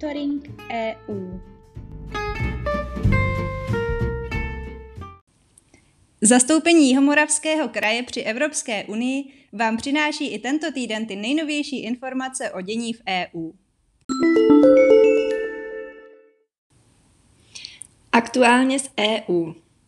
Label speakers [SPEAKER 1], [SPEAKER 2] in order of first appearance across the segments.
[SPEAKER 1] Monitoring EU. Zastoupení Jihomoravského kraje při Evropské unii vám přináší i tento týden ty nejnovější informace o dění v EU.
[SPEAKER 2] Aktuálně z EU.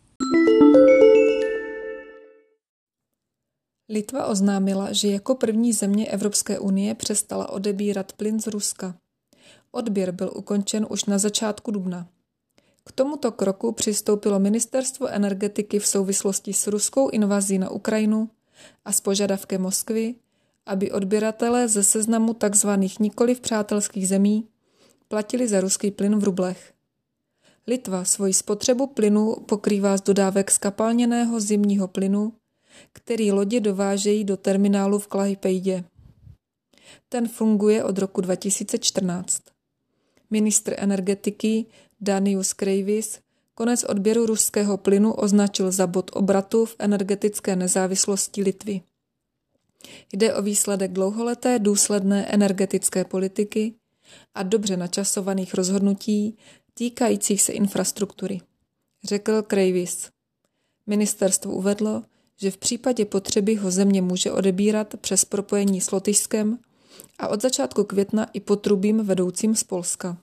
[SPEAKER 3] Litva oznámila, že jako první země Evropské unie přestala odebírat plyn z Ruska. Odběr byl ukončen už na začátku dubna. K tomuto kroku přistoupilo Ministerstvo energetiky v souvislosti s ruskou invazí na Ukrajinu a s požadavkem Moskvy, aby odběratelé ze seznamu tzv. Nikoliv přátelských zemí platili za ruský plyn v rublech. Litva svoji spotřebu plynu pokrývá z dodávek skapalněného zimního plynu, který lodě dovážejí do terminálu v Klaipėdě. Ten funguje od roku 2014. Ministr energetiky Dainius Kreivis konec odběru ruského plynu označil za bod obratu v energetické nezávislosti Litvy. Jde o výsledek dlouholeté důsledné energetické politiky a dobře načasovaných rozhodnutí týkajících se infrastruktury, řekl Kreivis. Ministerstvo uvedlo, že v případě potřeby ho země může odebírat přes propojení s Lotyšskem a od začátku května i potrubím vedoucím z Polska.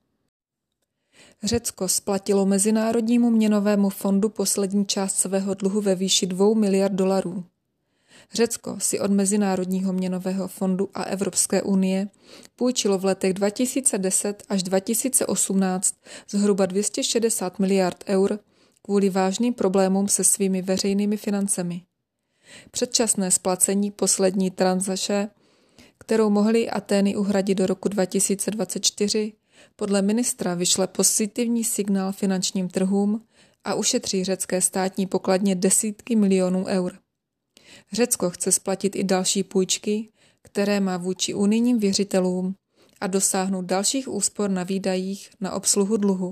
[SPEAKER 3] Řecko splatilo Mezinárodnímu měnovému fondu poslední část svého dluhu ve výši 2 miliard dolarů. Řecko si od Mezinárodního měnového fondu a Evropské unie půjčilo v letech 2010 až 2018 zhruba 260 miliard eur kvůli vážným problémům se svými veřejnými financemi. Předčasné splacení poslední transaše, kterou mohly Atény uhradit do roku 2024, podle ministra vyšle pozitivní signál finančním trhům a ušetří řecké státní pokladně desítky milionů eur. Řecko chce splatit i další půjčky, které má vůči unijním věřitelům a dosáhnout dalších úspor na výdajích na obsluhu dluhu.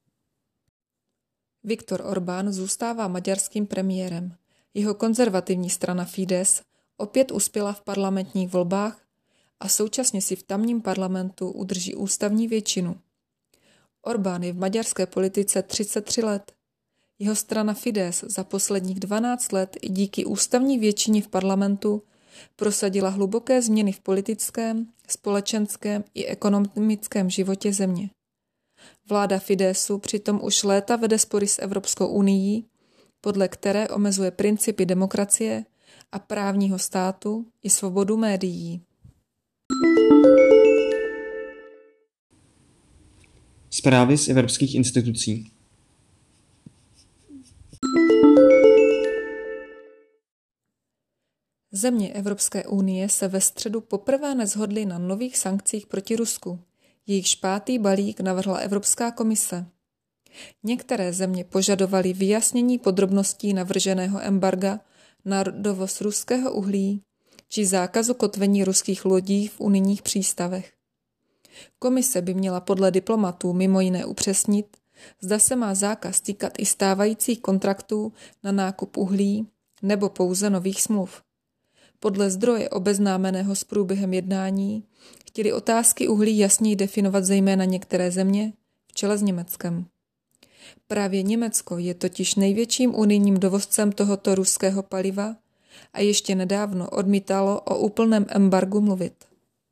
[SPEAKER 3] Viktor Orbán zůstává maďarským premiérem. Jeho konzervativní strana Fidesz opět uspěla v parlamentních volbách a současně si v tamním parlamentu udrží ústavní většinu. Orbán je v maďarské politice 33 let. Jeho strana Fidesz za posledních 12 let i díky ústavní většině v parlamentu prosadila hluboké změny v politickém, společenském i ekonomickém životě země. Vláda Fideszu přitom už léta vede spory s Evropskou unií, podle které omezuje principy demokracie a právního státu i svobodu médií.
[SPEAKER 4] Zprávy z evropských institucí.
[SPEAKER 3] Země Evropské unie se ve středu poprvé neshodly na nových sankcích proti Rusku. Jejichž 5. balík navrhla Evropská komise. Některé země požadovaly vyjasnění podrobností navrženého embarga na dovoz ruského uhlí či zákazu kotvení ruských lodí v unijních přístavech. Komise by měla podle diplomatů mimo jiné upřesnit, zda se má zákaz týkat i stávajících kontraktů na nákup uhlí nebo pouze nových smluv. Podle zdroje obeznámeného s průběhem jednání chtěli otázky uhlí jasněji definovat zejména některé země, v čele s Německem. Právě Německo je totiž největším unijním dovozcem tohoto ruského paliva a ještě nedávno odmítalo o úplném embargu mluvit.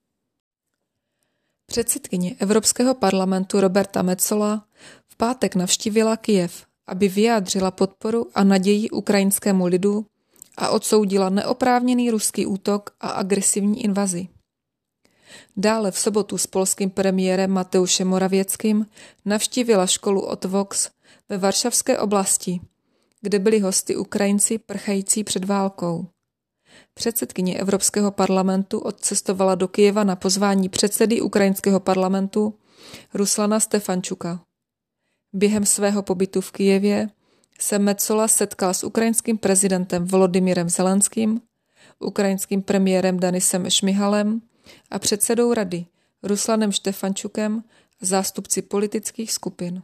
[SPEAKER 3] Předsedkyně Evropského parlamentu Roberta Metsola v pátek navštívila Kyjev, aby vyjádřila podporu a naději ukrajinskému lidu a odsoudila neoprávněný ruský útok a agresivní invazi. Dále v sobotu s polským premiérem Mateuszem Morawieckým navštívila školu od Vox ve Varšavské oblasti, kde byli hosty Ukrajinci prchající před válkou. Předsedkyně Evropského parlamentu odcestovala do Kyjeva na pozvání předsedy ukrajinského parlamentu Ruslana Stefančuka. Během svého pobytu v Kyjevě se Metsola setkala s ukrajinským prezidentem Volodymyrem Zelenským, ukrajinským premiérem Denisem Šmihalem a předsedou rady Ruslanem Štefančukem a zástupci politických skupin.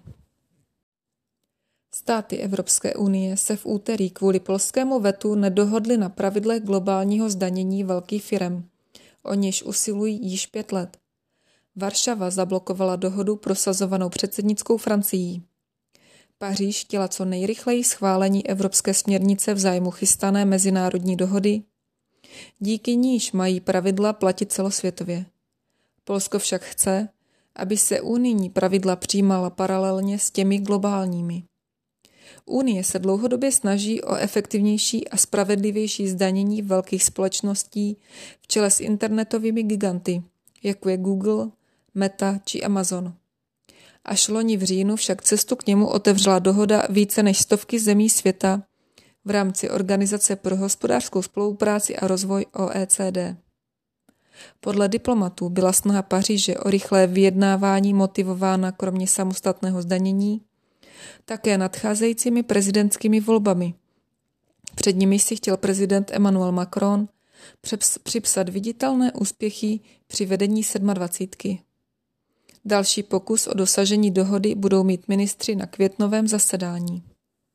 [SPEAKER 3] Státy Evropské unie se v úterý kvůli polskému vetu nedohodly na pravidlech globálního zdanění velkých firem, o nějž usilují již 5 let. Varšava zablokovala dohodu prosazovanou předsednickou Francií. Paříž chtěla co nejrychleji schválení evropské směrnice v zájmu chystané mezinárodní dohody, díky níž mají pravidla platit celosvětově. Polsko však chce, aby se unijní pravidla přijímala paralelně s těmi globálními. Unie se dlouhodobě snaží o efektivnější a spravedlivější zdanění velkých společností v čele s internetovými giganty, jako je Google, Meta či Amazon. Až loni v říjnu však cestu k němu otevřela dohoda více než stovky zemí světa v rámci Organizace pro hospodářskou spolupráci a rozvoj OECD. Podle diplomatů byla snaha Paříže o rychlé vyjednávání motivována kromě samostatného zdanění také nadcházejícími prezidentskými volbami. Před nimi si chtěl prezident Emmanuel Macron připsat viditelné úspěchy při vedení 27. Další pokus o dosažení dohody budou mít ministři na květnovém zasedání.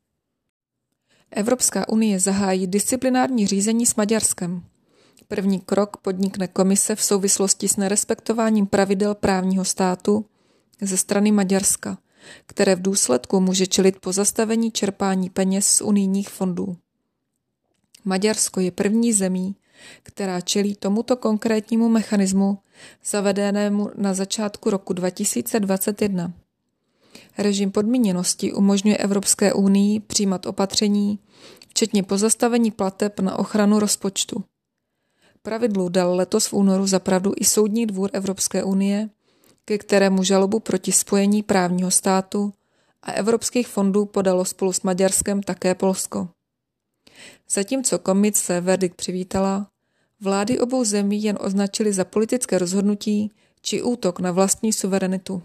[SPEAKER 3] Evropská unie zahájí disciplinární řízení s Maďarskem. První krok podnikne komise v souvislosti s nerespektováním pravidel právního státu ze strany Maďarska, které v důsledku může čelit pozastavení čerpání peněz z unijních fondů. Maďarsko je první zemí, která čelí tomuto konkrétnímu mechanismu zavedenému na začátku roku 2021. Režim podmíněnosti umožňuje Evropské unii přijímat opatření, včetně pozastavení plateb na ochranu rozpočtu. Pravidlu dal letos v únoru za pravdu i Soudní dvůr Evropské unie, ke kterému žalobu proti spojení právního státu a evropských fondů podalo spolu s Maďarskem také Polsko. Zatímco komise verdikt přivítala, vlády obou zemí jen označily za politické rozhodnutí či útok na vlastní suverenitu.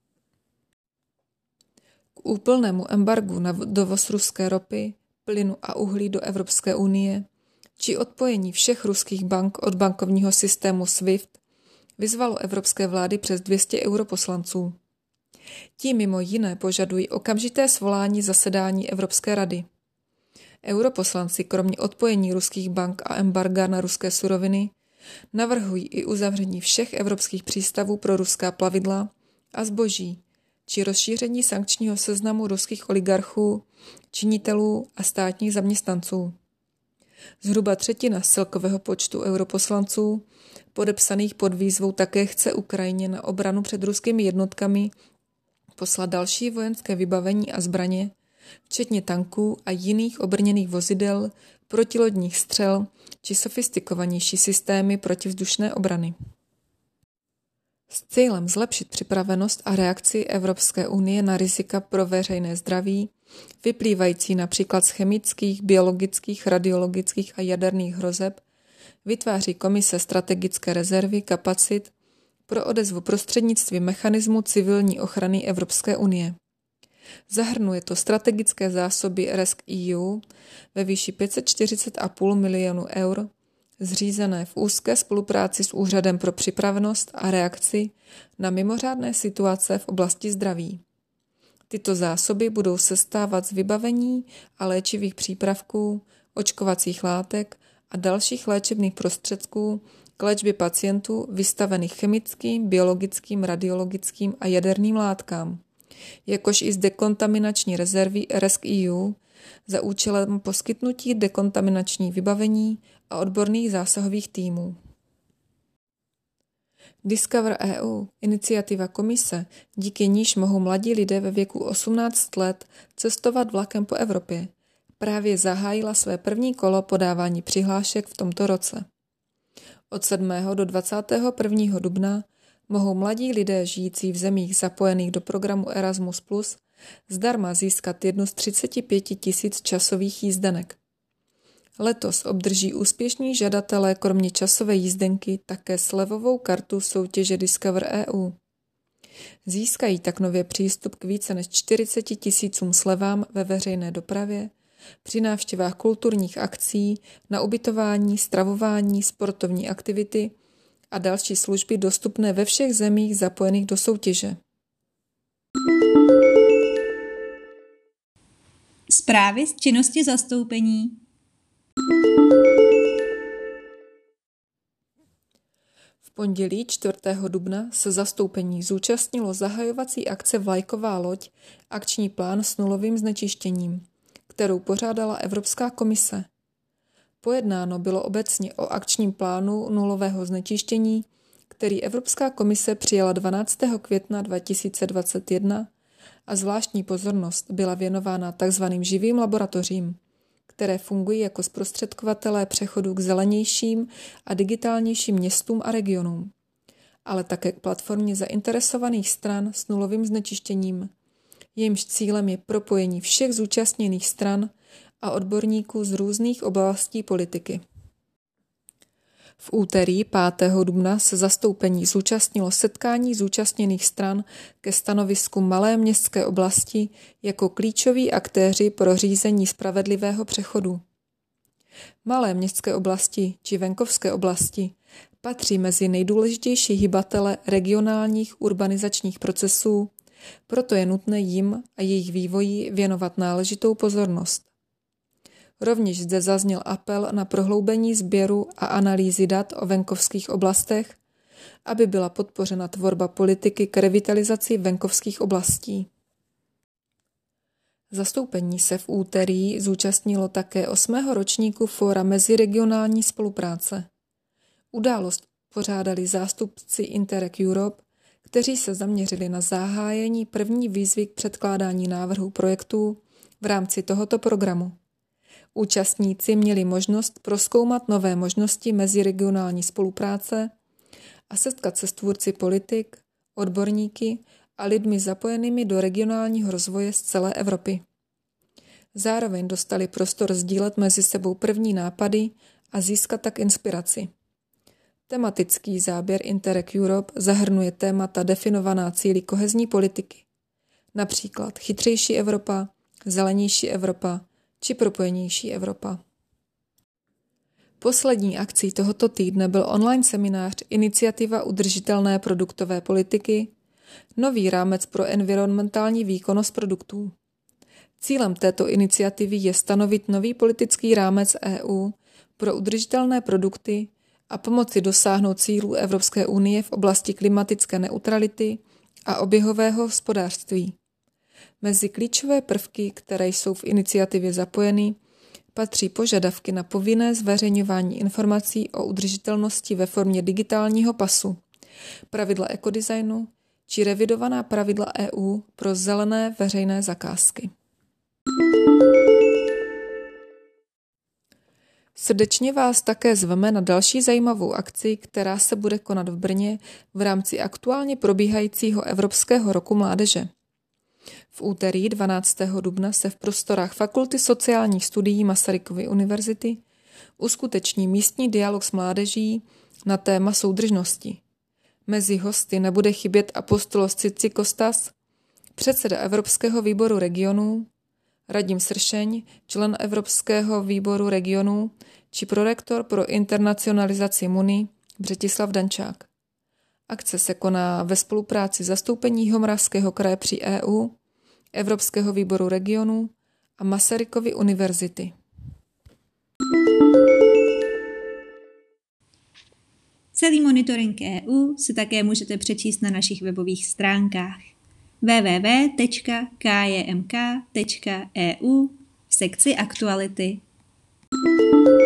[SPEAKER 3] K úplnému embargu na dovoz ruské ropy, plynu a uhlí do Evropské unie či odpojení všech ruských bank od bankovního systému SWIFT vyzvalo evropské vlády přes 200 europoslanců. Ti mimo jiné požadují okamžité svolání zasedání Evropské rady. Europoslanci kromě odpojení ruských bank a embarga na ruské suroviny navrhují i uzavření všech evropských přístavů pro ruská plavidla a zboží, či rozšíření sankčního seznamu ruských oligarchů, činitelů a státních zaměstnanců. Zhruba třetina z celkového počtu europoslanců podepsaných pod výzvou také chce Ukrajině na obranu před ruskými jednotkami poslat další vojenské vybavení a zbraně, včetně tanků a jiných obrněných vozidel, protilodních střel či sofistikovanější systémy protivzdušné obrany. S cílem zlepšit připravenost a reakci Evropské unie na rizika pro veřejné zdraví, vyplývající například z chemických, biologických, radiologických a jaderných hrozeb, vytváří komise strategické rezervy kapacit pro odezvu prostřednictvím mechanismu civilní ochrany Evropské unie. Zahrnuje to strategické zásoby RESC-EU ve výši 540,5 milionů eur, zřízené v úzké spolupráci s Úřadem pro připravenost a reakci na mimořádné situace v oblasti zdraví. Tyto zásoby budou sestávat z vybavení a léčivých přípravků, očkovacích látek a dalších léčebných prostředků k léčbě pacientů vystavených chemickým, biologickým, radiologickým a jaderným látkám, jakož i z dekontaminační rezervy RESC-EU za účelem poskytnutí dekontaminační vybavení a odborných zásahových týmů. Discover EU, iniciativa komise, díky níž mohou mladí lidé ve věku 18 let cestovat vlakem po Evropě, právě zahájila své první kolo podávání přihlášek v tomto roce. Od 7. do 21. dubna mohou mladí lidé žijící v zemích zapojených do programu Erasmus+ zdarma získat jednu z 35 000 časových jízdenek. Letos obdrží úspěšní žadatelé kromě časové jízdenky také slevovou kartu soutěže Discover EU. Získají tak nově přístup k více než 40 000 slevám ve veřejné dopravě, při návštěvách kulturních akcí, na ubytování, stravování, sportovní aktivity a další služby dostupné ve všech zemích zapojených do soutěže.
[SPEAKER 1] Zprávy z činnosti zastoupení.
[SPEAKER 3] V pondělí 4. dubna se zastoupení zúčastnilo zahajovací akce Vlajková loď Akční plán s nulovým znečištěním, kterou pořádala Evropská komise. Pojednáno bylo obecně o akčním plánu nulového znečištění, který Evropská komise přijala 12. května 2021 a zvláštní pozornost byla věnována tzv. Živým laboratořím, které fungují jako zprostředkovatelé přechodu k zelenějším a digitálnějším městům a regionům, ale také k platformě zainteresovaných stran s nulovým znečištěním. Jejímž cílem je propojení všech zúčastněných stran a odborníků z různých oblastí politiky. V úterý 5. dubna se zastoupení zúčastnilo setkání zúčastněných stran ke stanovisku malé městské oblasti jako klíčoví aktéři pro řízení spravedlivého přechodu. Malé městské oblasti či venkovské oblasti patří mezi nejdůležitější hybatele regionálních urbanizačních procesů, proto je nutné jim a jejich vývoji věnovat náležitou pozornost. Rovněž zde zazněl apel na prohloubení sběru a analýzy dat o venkovských oblastech, aby byla podpořena tvorba politiky k revitalizaci venkovských oblastí. Zastoupení se v úterý zúčastnilo také 8. ročníku Fóra meziregionální spolupráce. Událost pořádali zástupci Interreg Europe, kteří se zaměřili na zahájení první výzvy k předkládání návrhů projektů v rámci tohoto programu. Účastníci měli možnost prozkoumat nové možnosti meziregionální spolupráce a setkat se s tvůrci politik, odborníky a lidmi zapojenými do regionálního rozvoje z celé Evropy. Zároveň dostali prostor sdílet mezi sebou první nápady a získat tak inspiraci. Tematický záběr Interreg Europe zahrnuje témata definovaná cíli kohezní politiky, například chytřejší Evropa, zelenější Evropa či propojenější Evropa. Poslední akcí tohoto týdne byl online seminář Iniciativa udržitelné produktové politiky, nový rámec pro environmentální výkonnost produktů. Cílem této iniciativy je stanovit nový politický rámec EU pro udržitelné produkty a pomoci dosáhnout cílů Evropské unie v oblasti klimatické neutrality a oběhového hospodářství. Mezi klíčové prvky, které jsou v iniciativě zapojeny, patří požadavky na povinné zveřejňování informací o udržitelnosti ve formě digitálního pasu, pravidla ekodesignu či revidovaná pravidla EU pro zelené veřejné zakázky. Srdečně vás také zveme na další zajímavou akci, která se bude konat v Brně v rámci aktuálně probíhajícího Evropského roku mládeže. V úterý 12. dubna se v prostorách Fakulty sociálních studií Masarykovy univerzity uskuteční místní dialog s mládeží na téma soudržnosti. Mezi hosty nebude chybět apostolos Cicikostas, předseda Evropského výboru regionů, Radim Sršeň, člen Evropského výboru regionů, či prorektor pro internacionalizaci MUNI Břetislav Dančák. Akce se koná ve spolupráci zastoupení Jihomoravského kraje při EU, Evropského výboru regionů a Masarykovy univerzity.
[SPEAKER 1] Celý monitoring EU si také můžete přečíst na našich webových stránkách www.kjmk.eu v sekci aktuality.